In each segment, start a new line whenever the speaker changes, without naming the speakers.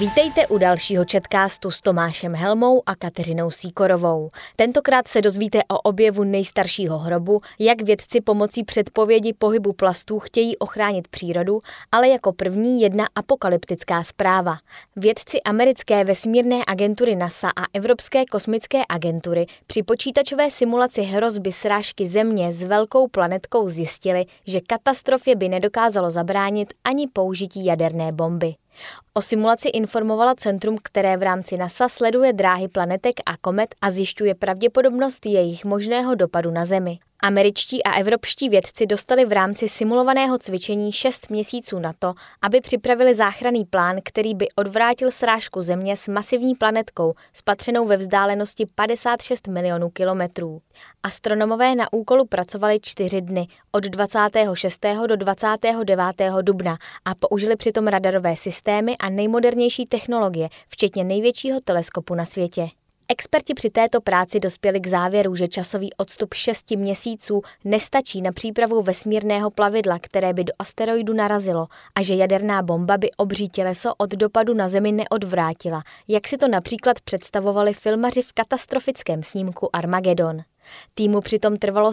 Vítejte u dalšího chatcastu s Tomášem Helmou a Kateřinou Sýkorovou. Tentokrát se dozvíte o objevu nejstaršího hrobu, jak vědci pomocí předpovědi pohybu plastů chtějí ochránit přírodu, ale jako první jedna apokalyptická zpráva. Vědci americké vesmírné agentury NASA a Evropské kosmické agentury při počítačové simulaci hrozby srážky Země s velkou planetkou zjistili, že katastrofě by nedokázalo zabránit ani použití jaderné bomby. O simulaci informovalo centrum, které v rámci NASA sleduje dráhy planetek a komet a zjišťuje pravděpodobnost jejich možného dopadu na Zemi. Američtí a evropští vědci dostali v rámci simulovaného cvičení 6 měsíců na to, aby připravili záchranný plán, který by odvrátil srážku Země s masivní planetkou spatřenou ve vzdálenosti 56 milionů kilometrů. Astronomové na úkolu pracovali 4 dny, od 26. do 29. dubna a použili přitom radarové systémy a nejmodernější technologie, včetně největšího teleskopu na světě. Experti při této práci dospěli k závěru, že časový odstup 6 měsíců nestačí na přípravu vesmírného plavidla, které by do asteroidu narazilo, a že jaderná bomba by obří těleso od dopadu na Zemi neodvrátila, jak si to například představovali filmaři v katastrofickém snímku Armagedon. Týmu přitom trvalo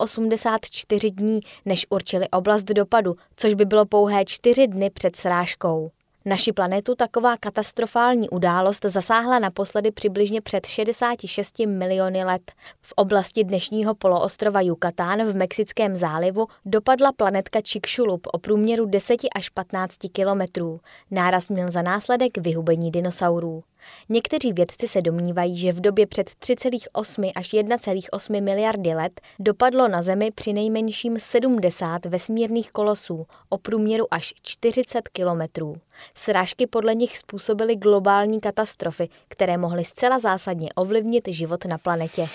184 dní, než určili oblast dopadu, což by bylo pouhé 4 dny před srážkou. Naši planetu taková katastrofální událost zasáhla naposledy přibližně před 66 miliony let. V oblasti dnešního poloostrova Yucatán v Mexickém zálivu dopadla planetka Chicxulub o průměru 10 až 15 kilometrů. Náraz měl za následek vyhubení dinosaurů. Někteří vědci se domnívají, že v době před 3,8 až 1,8 miliardy let dopadlo na Zemi přinejmenším 70 vesmírných kolosů o průměru až 40 kilometrů. Srážky podle nich způsobily globální katastrofy, které mohly zcela zásadně ovlivnit život na planetě.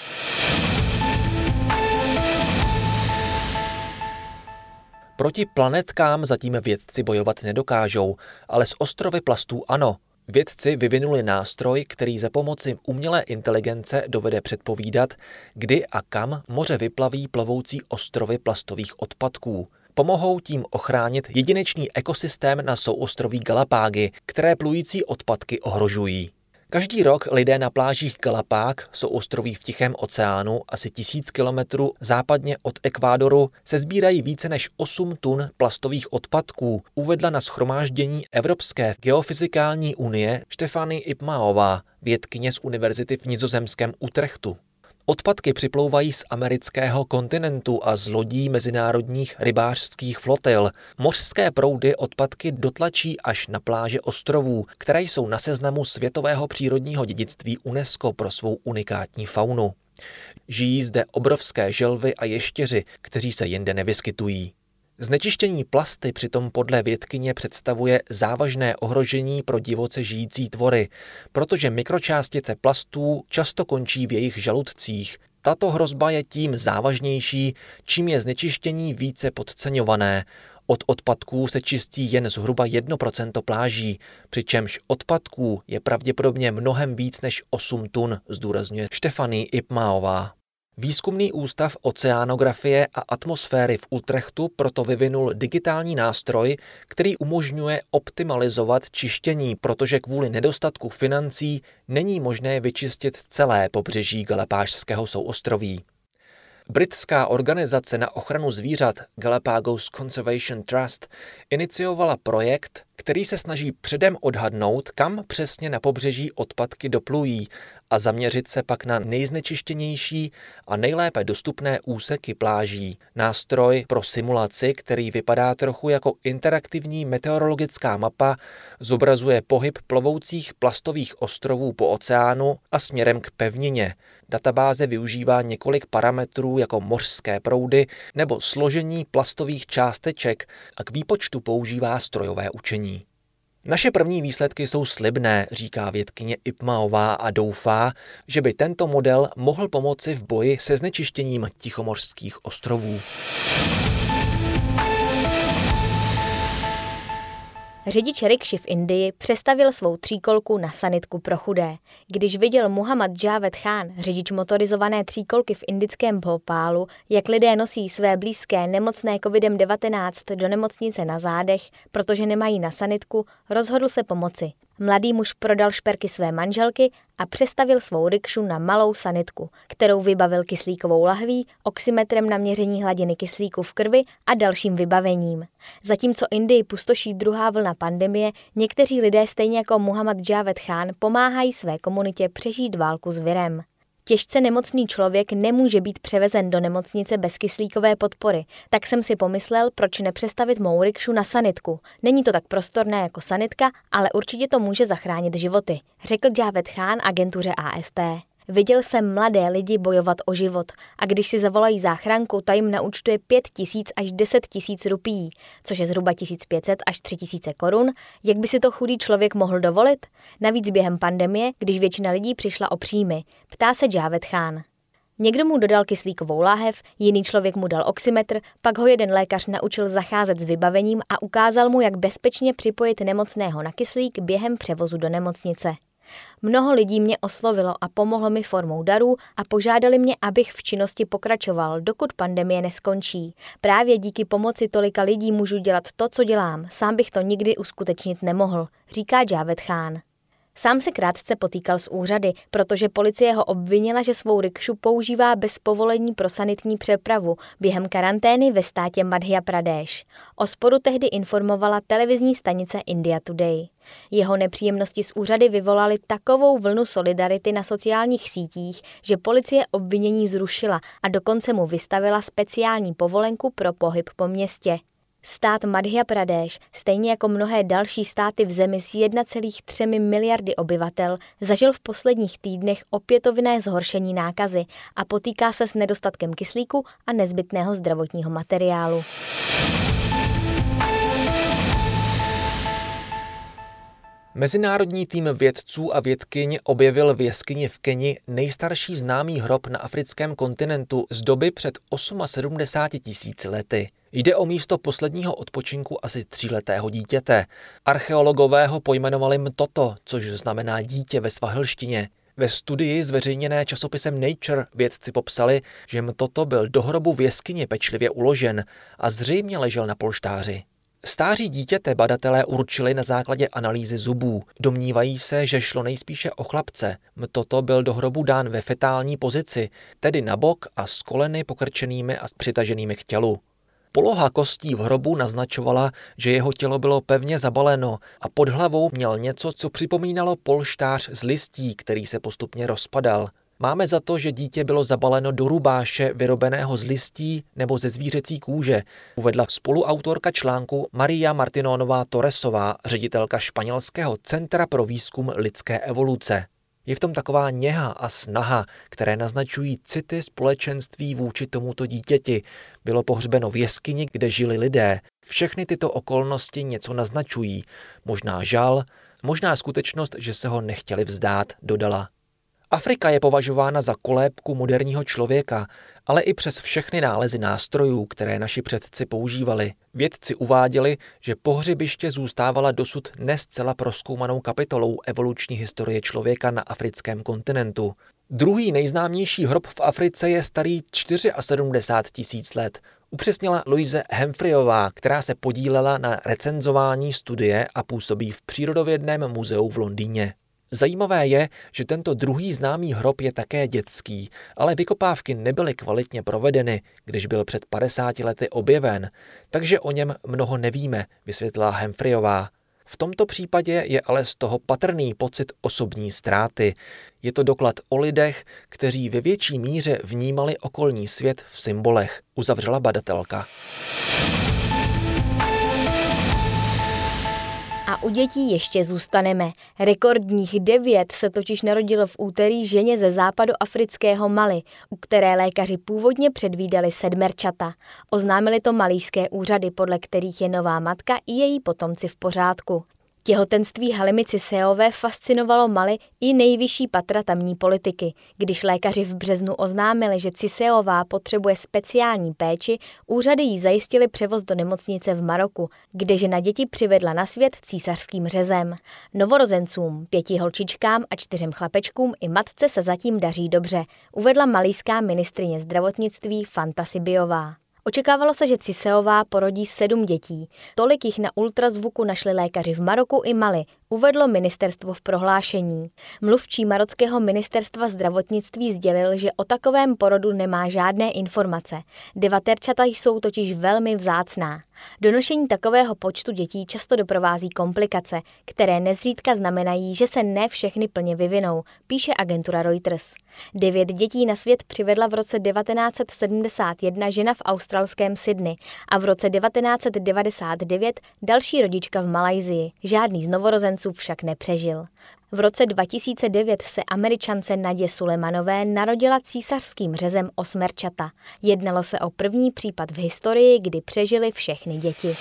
Proti planetkám zatím vědci bojovat nedokážou, ale s ostrovy plastů ano. Vědci vyvinuli nástroj, který za pomoci umělé inteligence dovede předpovídat, kdy a kam moře vyplaví plovoucí ostrovy plastových odpadků. Pomohou tím ochránit jedinečný ekosystém na souostroví Galapágy, které plující odpadky ohrožují. Každý rok lidé na plážích Galapág, souostroví v Tichém oceánu, asi 1000 kilometrů západně od Ekvádoru, se sbírají více než 8 tun plastových odpadků, uvedla na shromáždění Evropské geofyzikální unie Stefanie Ipmaová, vědkyně z univerzity v nizozemském Utrechtu. Odpadky připlouvají z amerického kontinentu a z lodí mezinárodních rybářských flotil. Mořské proudy odpadky dotlačí až na pláže ostrovů, které jsou na seznamu světového přírodního dědictví UNESCO pro svou unikátní faunu. Žijí zde obrovské želvy a ještěři, kteří se jinde nevyskytují. Znečištění plasty přitom podle vědkyně představuje závažné ohrožení pro divoce žijící tvory, protože mikročástice plastů často končí v jejich žaludcích. Tato hrozba je tím závažnější, čím je znečištění více podceňované. Od odpadků se čistí jen zhruba 1% pláží, přičemž odpadků je pravděpodobně mnohem víc než 8 tun, zdůrazňuje Stefanie Ipmaová. Výzkumný ústav oceánografie a atmosféry v Utrechtu proto vyvinul digitální nástroj, který umožňuje optimalizovat čištění, protože kvůli nedostatku financí není možné vyčistit celé pobřeží Galapášského souostroví. Britská organizace na ochranu zvířat Galapagos Conservation Trust iniciovala projekt, který se snaží předem odhadnout, kam přesně na pobřeží odpadky doplují a zaměřit se pak na nejznečištěnější a nejlépe dostupné úseky pláží. Nástroj pro simulaci, který vypadá trochu jako interaktivní meteorologická mapa, zobrazuje pohyb plovoucích plastových ostrovů po oceánu a směrem k pevnině. Databáze využívá několik parametrů jako mořské proudy nebo složení plastových částeček a k výpočtu používá strojové učení. Naše první výsledky jsou slibné, říká vědkyně Ipmaová a doufá, že by tento model mohl pomoci v boji se znečištěním tichomořských ostrovů.
Řidič rikši v Indii přestavil svou tříkolku na sanitku pro chudé. Když viděl Muhammad Javed Khan, řidič motorizované tříkolky v indickém Bhopálu, jak lidé nosí své blízké nemocné COVID-19 do nemocnice na zádech, protože nemají na sanitku, rozhodl se pomoci. Mladý muž prodal šperky své manželky a přestavil svou rikšu na malou sanitku, kterou vybavil kyslíkovou lahví, oximetrem na měření hladiny kyslíku v krvi a dalším vybavením. Zatímco Indii pustoší druhá vlna pandemie, někteří lidé stejně jako Muhammad Javed Khan pomáhají své komunitě přežít válku s virem. Těžce nemocný člověk nemůže být převezen do nemocnice bez kyslíkové podpory, tak jsem si pomyslel, proč nepřestavit mou rikšu na sanitku. Není to tak prostorné jako sanitka, ale určitě to může zachránit životy, řekl Javed Khan agentuře AFP. Viděl jsem mladé lidi bojovat o život a když si zavolají záchranku, ta jim naúčtuje 5 000 až 10 000 rupií, což je zhruba 1500 až 3000 korun, jak by si to chudý člověk mohl dovolit? Navíc během pandemie, když většina lidí přišla o příjmy, ptá se Javed Khan. Někdo mu dodal kyslíkovou láhev, jiný člověk mu dal oximetr, pak ho jeden lékař naučil zacházet s vybavením a ukázal mu, jak bezpečně připojit nemocného na kyslík během převozu do nemocnice. Mnoho lidí mě oslovilo a pomohlo mi formou darů a požádali mě, abych v činnosti pokračoval, dokud pandemie neskončí. Právě díky pomoci tolika lidí můžu dělat to, co dělám. Sám bych to nikdy uskutečnit nemohl, říká Javed Khan. Sám se krátce potýkal s úřady, protože policie ho obvinila, že svou rikšu používá bez povolení pro sanitní přepravu během karantény ve státě Madhya Pradesh. O sporu tehdy informovala televizní stanice India Today. Jeho nepříjemnosti s úřady vyvolaly takovou vlnu solidarity na sociálních sítích, že policie obvinění zrušila a dokonce mu vystavila speciální povolenku pro pohyb po městě. Stát Madhya Pradesh, stejně jako mnohé další státy v zemi s 1,3 miliardy obyvatel, zažil v posledních týdnech opětovné zhoršení nákazy a potýká se s nedostatkem kyslíku a nezbytného zdravotního materiálu.
Mezinárodní tým vědců a vědkyň objevil v jeskyni v Keni nejstarší známý hrob na africkém kontinentu z doby před 78 000 lety. Jde o místo posledního odpočinku asi 3letého dítěte. Archeologové ho pojmenovali Mtoto, což znamená dítě ve svahilštině. Ve studii zveřejněné časopisem Nature vědci popsali, že Mtoto byl do hrobu v jeskyni pečlivě uložen a zřejmě ležel na polštáři. Stáří dítěte badatelé určili na základě analýzy zubů. Domnívají se, že šlo nejspíše o chlapce. Mtoto byl do hrobu dán ve fetální pozici, tedy na bok a s koleny pokrčenými a přitaženými k tělu. Poloha kostí v hrobu naznačovala, že jeho tělo bylo pevně zabaleno a pod hlavou měl něco, co připomínalo polštář z listí, který se postupně rozpadal. Máme za to, že dítě bylo zabaleno do rubáše vyrobeného z listí nebo ze zvířecí kůže, uvedla spoluautorka článku Maria Martinonová Torresová, ředitelka španělského Centra pro výzkum lidské evoluce. Je v tom taková něha a snaha, které naznačují city společenství vůči tomuto dítěti. Bylo pohřbeno v jeskyni, kde žili lidé. Všechny tyto okolnosti něco naznačují. Možná žal, možná skutečnost, že se ho nechtěli vzdát, dodala. Afrika je považována za kolébku moderního člověka, ale i přes všechny nálezy nástrojů, které naši předci používali. Vědci uváděli, že pohřebiště zůstávala dosud nescela prozkoumanou kapitolou evoluční historie člověka na africkém kontinentu. Druhý nejznámější hrob v Africe je starý 74 000 let, upřesnila Louise Humphreyová, která se podílela na recenzování studie a působí v Přírodovědném muzeu v Londýně. Zajímavé je, že tento druhý známý hrob je také dětský, ale vykopávky nebyly kvalitně provedeny, když byl před 50 lety objeven, takže o něm mnoho nevíme, vysvětlila Humphreyová. V tomto případě je ale z toho patrný pocit osobní ztráty. Je to doklad o lidech, kteří ve větší míře vnímali okolní svět v symbolech, uzavřela badatelka.
A u dětí ještě zůstaneme. Rekordních 9 se totiž narodilo v úterý ženě ze západoafrického Mali, u které lékaři původně předvídali 7 Oznámili to malijské úřady, podle kterých je nová matka i její potomci v pořádku. Těhotenství Halimy Ciseové fascinovalo Mali i nejvyšší patra tamní politiky. Když lékaři v březnu oznámili, že Ciseová potřebuje speciální péči, úřady jí zajistili převoz do nemocnice v Maroku, kde žena děti přivedla na svět císařským řezem. Novorozencům, 5 holčičkám a 4 chlapečkům i matce se zatím daří dobře, uvedla malijská ministryně zdravotnictví Fanta Sibiová. Očekávalo se, že Ciseová porodí 7 dětí. Tolik jich na ultrazvuku našli lékaři v Maroku i Mali, uvedlo ministerstvo v prohlášení. Mluvčí marockého ministerstva zdravotnictví sdělil, že o takovém porodu nemá žádné informace. Devaterčata jsou totiž velmi vzácná. Donošení takového počtu dětí často doprovází komplikace, které nezřídka znamenají, že se ne všechny plně vyvinou, píše agentura Reuters. 9 dětí na svět přivedla v roce 1971 žena v australském Sydney a v roce 1999 další rodička v Malajsii. Žádný z novorozenců však nepřežil. V roce 2009 se Američance Nadě Sulejmanové narodila císařským řezem osmerčata. Jednalo se o první případ v historii, kdy přežily všechny děti.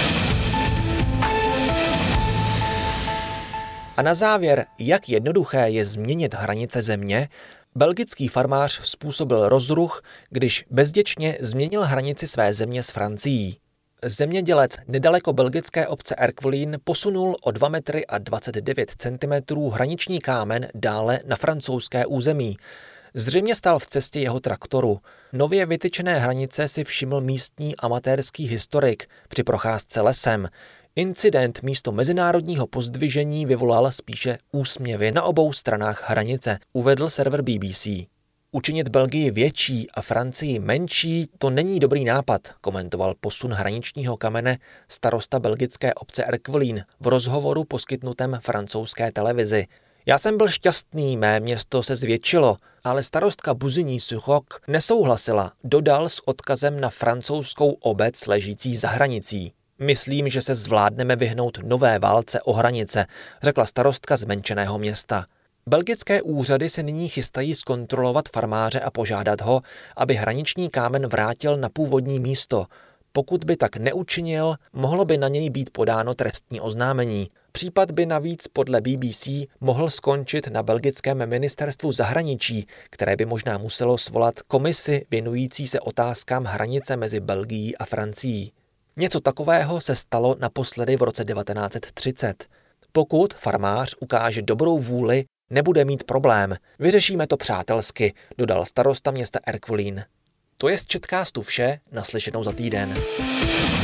A na závěr, jak jednoduché je změnit hranice země, belgický farmář způsobil rozruch, když bezděčně změnil hranici své země s Francií. Zemědělec nedaleko belgické obce Erquelin posunul o 2 metry a 29 cm hraniční kámen dále na francouzské území. Zřejmě stál v cestě jeho traktoru. Nově vytyčené hranice si všiml místní amatérský historik při procházce lesem. Incident místo mezinárodního pozdvižení vyvolal spíše úsměvy na obou stranách hranice, uvedl server BBC. Učinit Belgii větší a Francii menší, to není dobrý nápad, komentoval posun hraničního kamene starosta belgické obce Erquelin v rozhovoru poskytnutém francouzské televizi. Já jsem byl šťastný, mé město se zvětšilo, ale starostka Buzigny-sur-Roc nesouhlasila, dodal s odkazem na francouzskou obec ležící za hranicí. Myslím, že se zvládneme vyhnout nové válce o hranice, řekla starostka zmenšeného města. Belgické úřady se nyní chystají zkontrolovat farmáře a požádat ho, aby hraniční kámen vrátil na původní místo. Pokud by tak neučinil, mohlo by na něj být podáno trestní oznámení. Případ by navíc podle BBC mohl skončit na belgickém ministerstvu zahraničí, které by možná muselo svolat komisi věnující se otázkám hranice mezi Belgií a Francií. Něco takového se stalo naposledy v roce 1930. Pokud farmář ukáže dobrou vůli, nebude mít problém. Vyřešíme to přátelsky, dodal starosta města Erquelin. To je z Četcastu vše, naslyšenou za týden.